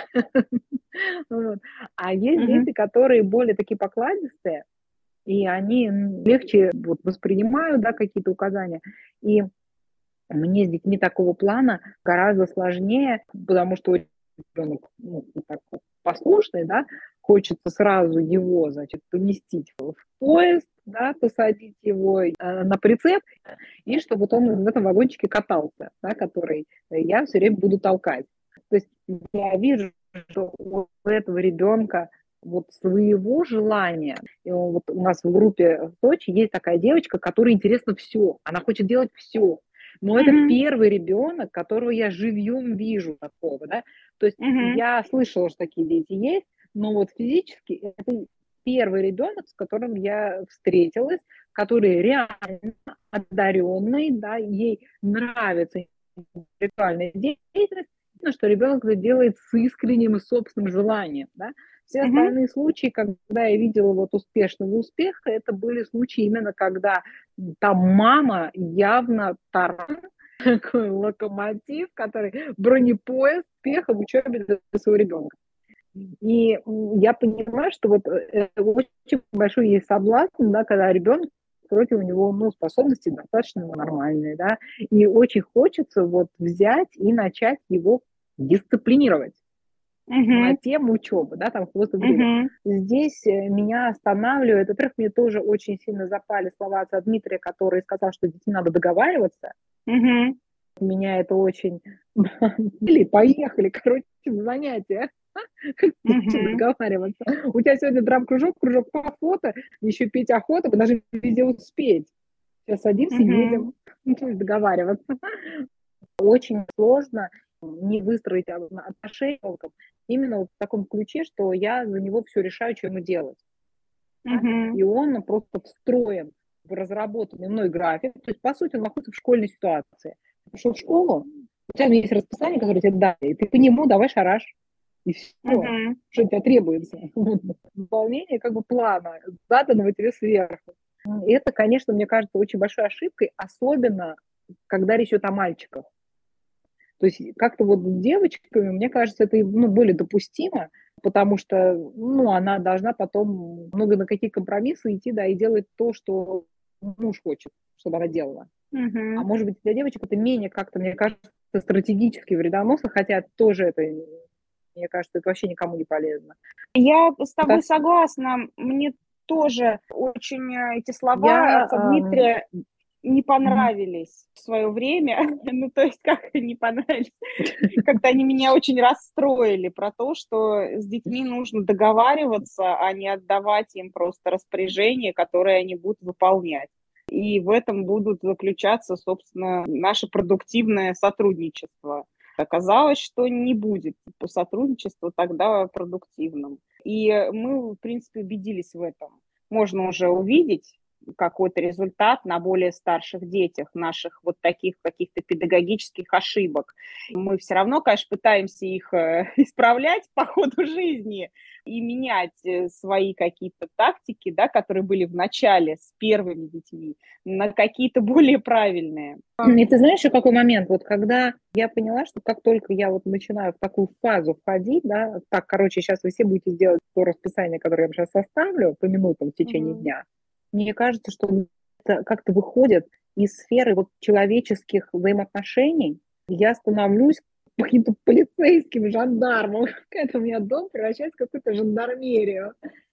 А есть дети, которые более такие покладистые, и они легче вот воспринимают, да, какие-то указания. И мне с детьми такого плана гораздо сложнее, потому что ребенок так послушный, да, хочется сразу его, значит, поместить в поезд, да, посадить его на прицеп, и чтобы вот он в этом вагончике катался, да, который я все время буду толкать. То есть я вижу, что у этого ребенка вот своего желания. И вот у нас в группе в Сочи есть такая девочка, которой интересно все. Она хочет делать все. Но это первый ребенок, которого я живьем вижу такого, да. То есть я слышала, что такие дети есть, но вот физически это первый ребенок, с которым я встретилась, который реально одаренный, да, ей нравится интеллектуальная деятельность, что ребенок это делает с искренним и собственным желанием, да. Все остальные случаи, когда я видела вот успешного успеха, это были случаи именно когда там мама явно таран, такой локомотив, который бронепоезд успеха в учебе для своего ребенка. И я понимаю, что вот очень большой есть соблазн, да, когда ребенок вроде у него способности достаточно нормальные, да, и очень хочется вот взять и начать его дисциплинировать на Мгм. тему учебы, да, там хвост время. Мгм. Здесь меня останавливает, во-первых, мне тоже очень сильно запали слова отца Дмитрия, который сказал, что с детьми надо договариваться. Мгм. Меня это очень... Или поехали, короче, на занятия. Как с детьми Мгм. договариваться? У тебя сегодня драм-кружок, кружок по фото, еще петь охота, мы должны везде успеть. Сейчас садимся, Мгм. едем, договариваться. Очень сложно не выстроить отношения именно вот в таком ключе, что я за него все решаю, что ему делать. Да? Мгм. И он просто встроен в разработанный мной график. То есть, по сути, он находится в школьной ситуации. Пошел в школу, у тебя есть расписание, которое тебе дали, и ты по нему давай шараш. И все, Мгм. что от тебя требуется. Выполнение как бы плана, заданного тебе сверху. И это, конечно, мне кажется, очень большой ошибкой, особенно когда речь идет о мальчиках. То есть как-то вот с девочками, мне кажется, это более допустимо, потому что она должна потом много на какие компромиссы идти, да, и делать то, что муж хочет, чтобы она делала. А Мгм. может быть, для девочек это менее как-то, мне кажется, стратегически вредоносно, хотя тоже это, мне кажется, это вообще никому не полезно. Я с тобой Это согласна. Мне тоже очень эти слова я... отца Дмитрия не Мгм. понравились в свое время. Ну, то есть, как не понравились? Как-то они меня очень расстроили про то, что с детьми нужно договариваться, а не отдавать им просто распоряжения, которые они будут выполнять. И в этом будут заключаться, собственно, наше продуктивное сотрудничество. Оказалось, что не будет сотрудничества тогда продуктивным. И мы, в принципе, убедились в этом. Можно уже увидеть какой-то результат на более старших детях, наших вот таких каких-то педагогических ошибок. Мы все равно, конечно, пытаемся их исправлять по ходу жизни и менять свои какие-то тактики, да, которые были в начале с первыми детьми, на какие-то более правильные. И ты знаешь, еще какой момент? Вот когда я поняла, что как только я вот начинаю в такую фазу входить, да, так, короче, сейчас вы все будете делать то расписание, которое я вам сейчас составлю по минутам в течение Мгм. дня, мне кажется, что это как-то выходит из сферы вот человеческих взаимоотношений. Я становлюсь каким-то полицейским жандармом. Это у меня дом превращается в какую-то жандармерию.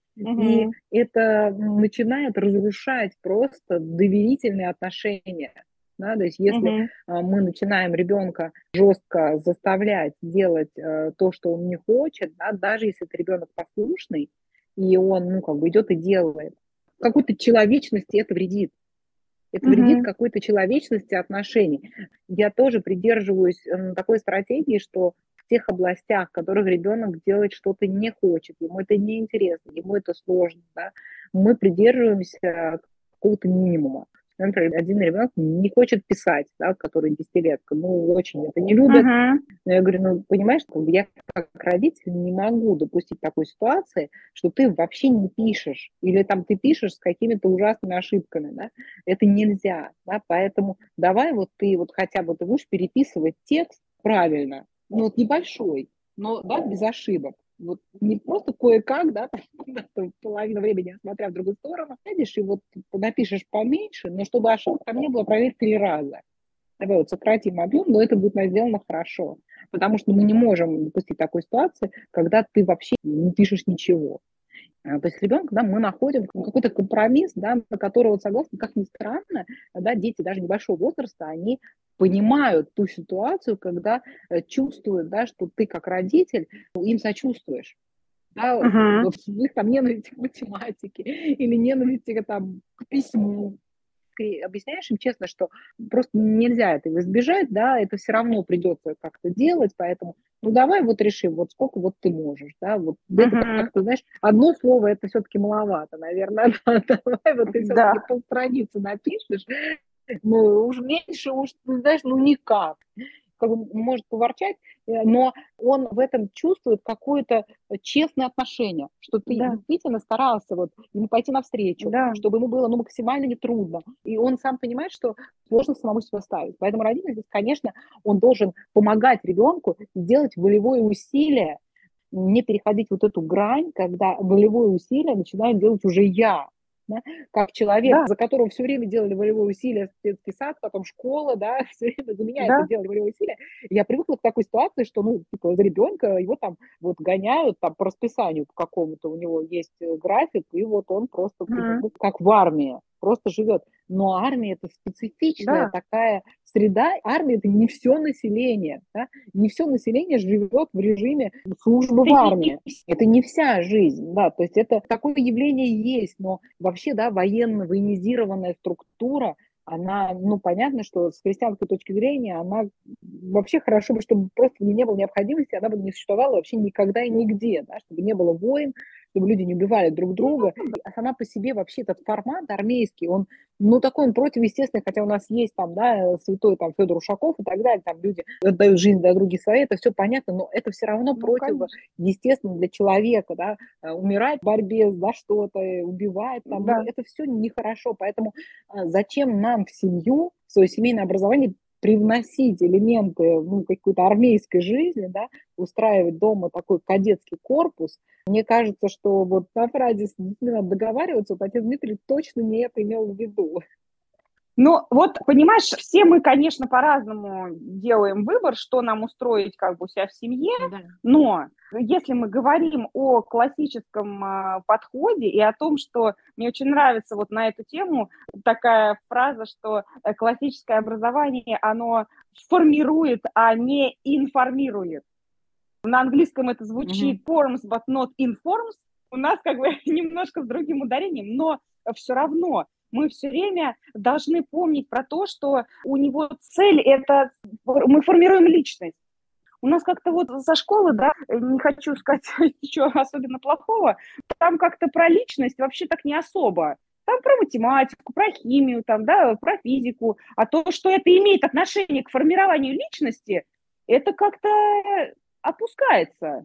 И Мгм. это начинает разрушать просто доверительные отношения. Да, то есть если Мгм. мы начинаем ребенка жестко заставлять делать то, что он не хочет, да, даже если это ребенок послушный, и он, как бы идет и делает, какой-то человечности это вредит. Это вредит Мгм. какой-то человечности отношений. Я тоже придерживаюсь такой стратегии, что в тех областях, в которых ребенок делать что-то не хочет, ему это неинтересно, ему это сложно, да, мы придерживаемся какого-то минимума. Например, один ребенок не хочет писать, да, который десятилетка, очень это не любит, Мгм. но я говорю, понимаешь, я как родитель не могу допустить такой ситуации, что ты вообще не пишешь, или там ты пишешь с какими-то ужасными ошибками, да, это нельзя, да, поэтому давай вот ты вот хотя бы ты будешь переписывать текст правильно, вот небольшой, но, да, без ошибок. Вот не просто кое-как, да, там, половину времени смотря в другую сторону, сядешь и вот напишешь поменьше, но чтобы ошибок там не было, проверь 3 раза. Давай вот сократим объем, но это будет сделано хорошо. Потому что мы не можем допустить такой ситуации, когда ты вообще не пишешь ничего. То есть с ребенком, да, мы находим какой-то компромисс, да, на который вот согласны, как ни странно, да, дети даже небольшого возраста, они понимают ту ситуацию, когда чувствуют, да, что ты как родитель им сочувствуешь. Да, Мгм. вот в их там ненависти к математике или ненависти там, к письму, объясняешь им честно, что просто нельзя этого избежать, да, это все равно придется как-то делать, поэтому, давай вот решим, вот сколько вот ты можешь, да, вот это Мгм. как-то, знаешь, одно слово это все-таки маловато, наверное, да, давай вот ты все-таки Да. полстраницы напишешь, уж меньше, уж, знаешь, никак. Как бы может поворчать, но он в этом чувствует какое-то честное отношение, что ты Да. действительно старался вот ему пойти навстречу, Да. чтобы ему было максимально нетрудно. И он сам понимает, что сложно самому себя ставить. Поэтому родитель здесь, конечно, он должен помогать ребенку делать волевое усилие, не переходить вот эту грань, когда волевое усилие начинает делать уже я. да, как человек, Да, за которого все время делали волевые усилия, детский сад, потом школа, да, все время за меня это да. делали волевые усилия. Я привыкла к такой ситуации, что, ну, типа, за ребенка его там вот гоняют там по расписанию по какому-то, у него есть график, и вот он просто, Мгм. ну, как в армии, просто живет. Но армия это специфичная Да. такая среда. Армия это не все население, да? Не все население живет в режиме службы Это в не армии. Это не вся жизнь, да, то есть это такое явление есть, но вообще, да, военизированная структура, она, ну, понятно, что с христианской точки зрения, она вообще хорошо бы, чтобы просто в ней не было необходимости, она бы не существовала вообще никогда и нигде, да, чтобы не было войн, чтобы люди не убивали друг друга. А сама по себе вообще этот формат армейский, он, ну, такой он противоестественный, хотя у нас есть там, да, святой там Федор Ушаков и так далее, там люди отдают жизнь за другие свои, это все понятно, но это все равно Ну, против, конечно. естественно, для человека, да, умирать в борьбе за что-то, убивать, там, ну, Да. это все нехорошо, поэтому зачем нам в семью, в свое семейное образование привносить элементы, ну, какой-то армейской жизни, да, устраивать дома такой кадетский корпус. Мне кажется, что вот на фразе с детьми надо договариваться, вот отец Дмитрий точно не это имел в виду. Ну, вот, понимаешь, все мы, конечно, по-разному делаем выбор, что нам устроить как бы у себя в семье, Да. но если мы говорим о классическом подходе и о том, что мне очень нравится вот на эту тему такая фраза, что классическое образование, оно формирует, а не информирует. На английском это Мгм. звучит forms, but not informs. У нас как бы немножко с другим ударением, но все равно мы все время должны помнить про то, что у него цель – это мы формируем личность. У нас как-то вот со школы, да, не хочу сказать ничего особенно плохого, там как-то про личность вообще так не особо. Там про математику, про химию, там, да, про физику. А то, что это имеет отношение к формированию личности, это как-то опускается.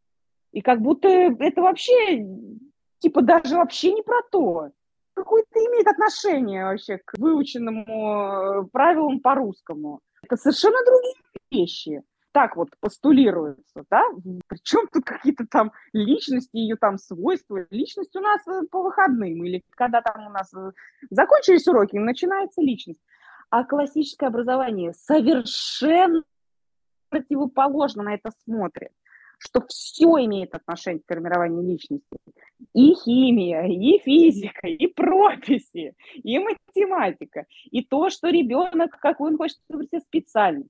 И как будто это вообще, типа, даже вообще не про то. Какое-то имеет отношение вообще к выученному правилам по-русскому. Это совершенно другие вещи. Так вот постулируется, да? Причем тут какие-то там личности, ее там свойства. Личность у нас по выходным или когда там у нас закончились уроки, начинается личность. А классическое образование совершенно противоположно на это смотрит, что все имеет отношение к формированию личности. И химия, и физика, и прописи, и математика, и то, что ребенок, какой он хочет выбрать специальность.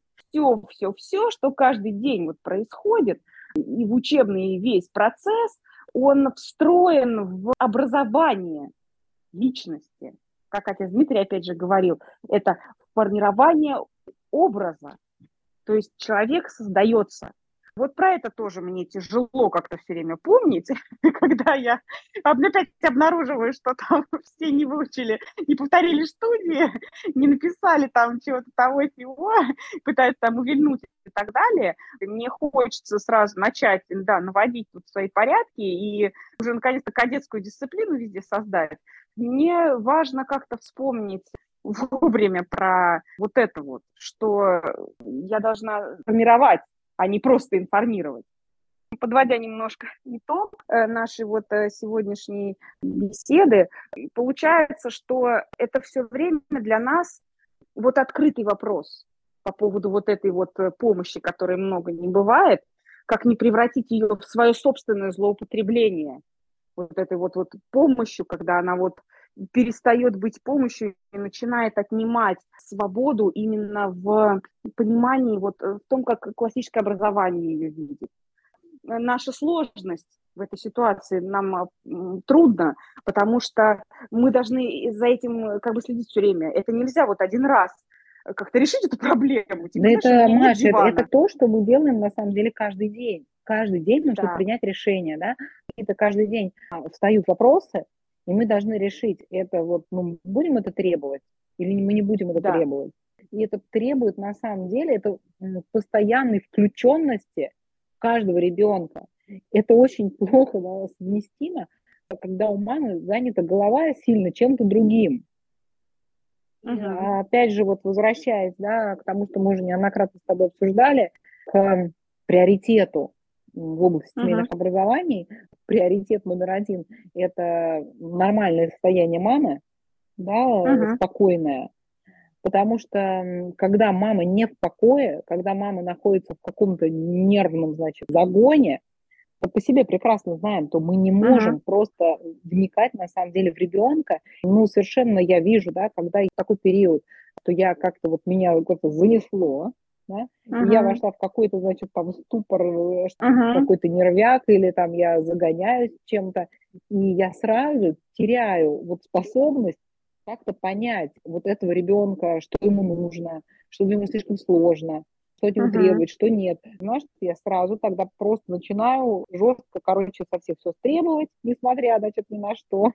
Все, что каждый день вот происходит, и в учебный весь процесс, он встроен в образование личности. Как отец Дмитрий опять же говорил, это формирование образа. То есть человек создается. Вот про это тоже мне тяжело как-то все время помнить, когда я опять обнаруживаю, что там все не выучили, не повторили студии, не написали там чего-то того сего, пытаются там увильнуть и так далее. И мне хочется сразу начать, да, наводить тут свои порядки и уже наконец-то кадетскую дисциплину везде создать. Мне важно как-то вспомнить вовремя про вот это вот, что я должна формировать, а не просто информировать. Подводя немножко итог нашей вот сегодняшней беседы, получается, что это все время для нас вот открытый вопрос по поводу вот этой вот помощи, которой много не бывает, как не превратить ее в свое собственное злоупотребление вот этой вот помощью, когда она вот перестает быть помощью и начинает отнимать свободу именно в понимании, вот в том, как классическое образование ее видит. Наша сложность в этой ситуации нам трудно, потому что мы должны за этим как бы следить все время. Это нельзя вот один раз как-то решить эту проблему. Да Типа, знаешь, у это, меня нет Маша, это дивана. то, что мы делаем на самом деле каждый день. Каждый день нужно Да, принять решение, да. Это каждый день встают вопросы, и мы должны решить, это вот, ну, будем это требовать или мы не будем это да. требовать. И это требует на самом деле это постоянной включенности каждого ребенка. Это очень плохо, да, совместимо, когда у мамы занята голова сильно чем-то другим. И Угу. опять же, вот возвращаясь, да, к тому, что мы уже неоднократно с тобой обсуждали, к приоритету. в области семейных Мгм. образований, приоритет номер один – это нормальное состояние мамы, да, Мгм. спокойное. Потому что когда мама не в покое, когда мама находится в каком-то нервном, значит, загоне, то по себе прекрасно знаем, то мы не Мгм. можем просто вникать на самом деле в ребенка. Ну, совершенно я вижу, да, когда есть такой период, то я как-то вот меня вот это занесло, да, и я Мгм. вошла в какой-то, значит, там ступор, Мгм. какой-то нервяк, или там я загоняюсь чем-то, и я сразу теряю вот способность как-то понять вот этого ребенка, что ему нужно, что для него слишком сложно, что от него Мгм. требовать, что нет. Знаешь, я сразу тогда просто начинаю жестко, короче, со всех все требовать, несмотря, значит, ни на что.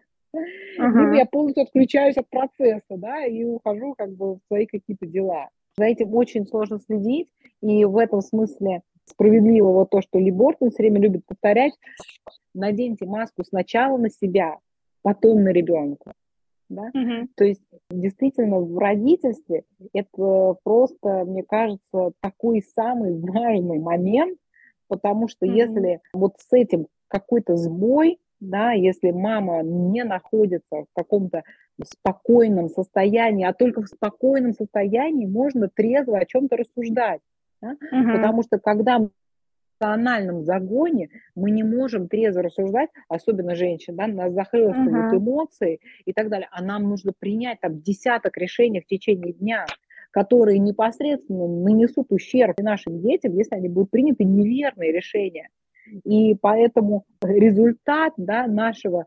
Либо Мгм. я полностью отключаюсь от процесса, да, и ухожу как бы в свои какие-то дела. За этим очень сложно следить, и в этом смысле справедливо вот то, что Ли Бортон все время любит повторять: наденьте маску сначала на себя, потом на ребенка. Да? Мгм. То есть действительно в родительстве это просто, мне кажется, такой самый важный момент, потому что Мгм. если вот с этим какой-то сбой, да, если мама не находится в каком-то спокойном состоянии, а только в спокойном состоянии можно трезво о чем-то рассуждать. Да? Мгм. Потому что когда эмоциональном загоне мы не можем трезво рассуждать, особенно женщин, да, нас захлестывают Мгм. эмоции и так далее, а нам нужно принять там десяток решений в течение дня, которые непосредственно нанесут ущерб нашим детям, если они будут приняты неверные решения. И поэтому результат, да, нашего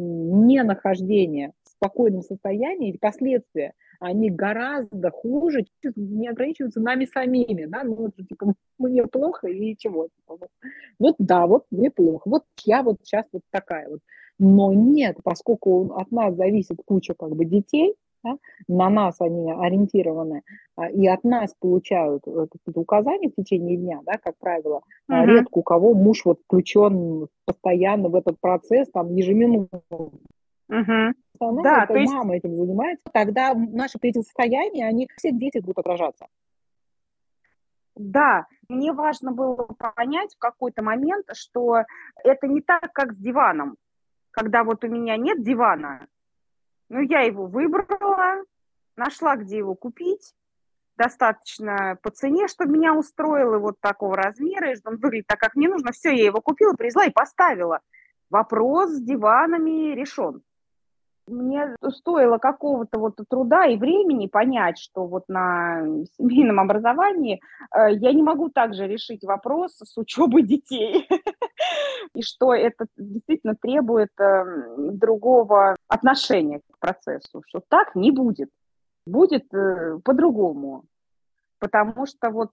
ненахождения в спокойном состоянии и последствия, они гораздо хуже, не ограничиваются нами самими, да, ну, вот, типа, мне плохо и чего, типа, вот да, вот мне плохо, вот я вот сейчас вот такая вот. Но нет, поскольку от нас зависит куча как бы детей, да, на нас они ориентированы, и от нас получают какие-то указания в течение дня, да, как правило, Мгм. редко у кого муж вот включен постоянно в этот процесс, там, ежеминутно. Мгм. В основном Да, это то есть, мама этим занимается, тогда наши эти состояния, они все дети будут отражаться. да, мне важно было понять в какой-то момент, что это не так, как с диваном. Когда вот у меня нет дивана, ну, я его выбрала, нашла, где его купить, достаточно по цене, чтобы меня устроило, вот такого размера, и что он выглядит так, как мне нужно. Все, я его купила, привезла и поставила. Вопрос с диванами решен. Мне стоило какого-то вот труда и времени понять, что вот на семейном образовании я не могу также решить вопрос с учебой детей. И что это действительно требует другого отношения к процессу, что так не будет, будет по-другому. Потому что вот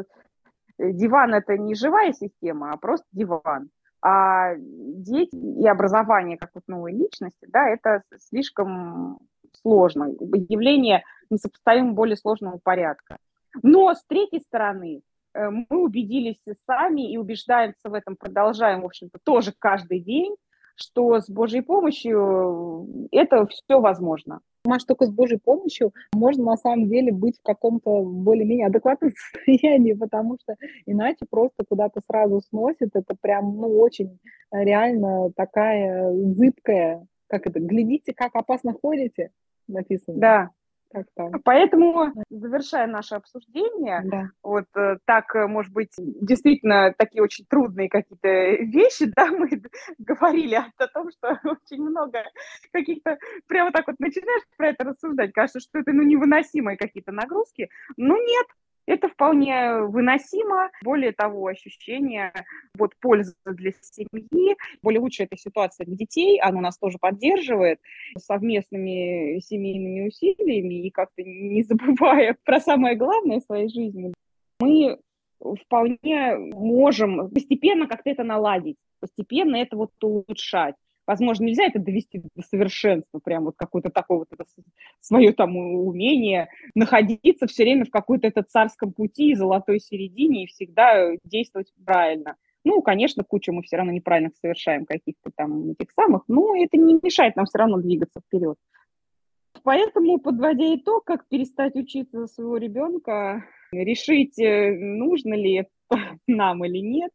диван – это не живая система, а просто диван. А дети и образование как вот новой личности, да, это слишком сложно. Явление несопоставимо более сложного порядка. Но с третьей стороны, мы убедились сами и убеждаемся в этом, продолжаем, в общем-то, тоже каждый день, что с Божьей помощью это все возможно. Маш, только с Божьей помощью можно на самом деле быть в каком-то более-менее адекватном состоянии, потому что иначе просто куда-то сразу сносит. Это прям, ну, очень реально такая зыбкая, как это, глядите, как опасно ходите, написано. Да, Как там? поэтому, завершая наше обсуждение, Да. вот так, может быть, действительно такие очень трудные какие-то вещи, да, мы говорили о том, что очень много каких-то, прямо так вот начинаешь про это рассуждать, кажется, что это, ну, невыносимые какие-то нагрузки, но нет, это вполне выносимо. Более того, ощущение вот пользы для семьи, более лучше этой ситуации для детей, оно нас тоже поддерживает совместными семейными усилиями и как-то не забывая про самое главное в своей жизни, мы вполне можем постепенно как-то это наладить, постепенно это вот улучшать. Возможно, нельзя это довести до совершенства, прям вот какое-то такое вот это свое там умение находиться все время в какой-то это царском пути, золотой середине и всегда действовать правильно. Ну, конечно, кучу мы все равно неправильных совершаем каких-то там этих самых, но это не мешает нам все равно двигаться вперед. Поэтому, подводя итог, как перестать учиться за своего ребенка, решить, нужно ли это нам или нет,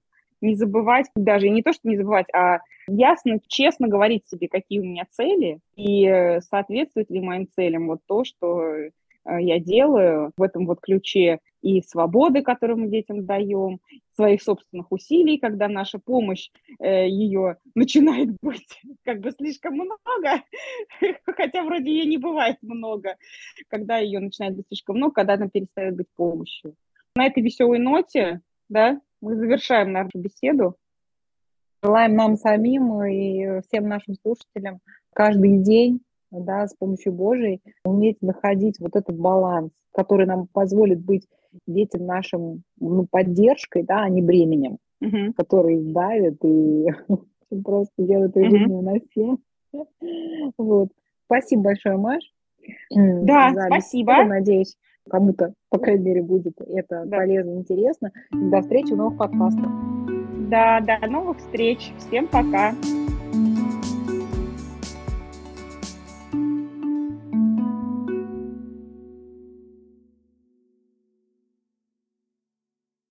не забывать, даже и не то, что не забывать, а ясно, честно говорить себе, какие у меня цели, и соответствует ли моим целям вот то, что я делаю в этом вот ключе и свободы, которую мы детям даем, своих собственных усилий, когда наша помощь, ее начинает быть как бы слишком много, хотя вроде ее не бывает много, когда ее начинает быть слишком много, когда она перестает быть помощью. На этой веселой ноте, да, мы завершаем нашу беседу. Желаем нам самим и всем нашим слушателям каждый день, да, с помощью Божией уметь находить вот этот баланс, который нам позволит быть детям нашим, ну, поддержкой, да, а не бременем, который давит и просто делает их жизнь невыносимой. Вот. Спасибо большое, Маш, Да, за спасибо. беседу. Надеюсь, кому-то, по крайней мере, будет это полезно, интересно. До встречи в новых подкастах. Да, до новых встреч. Всем пока.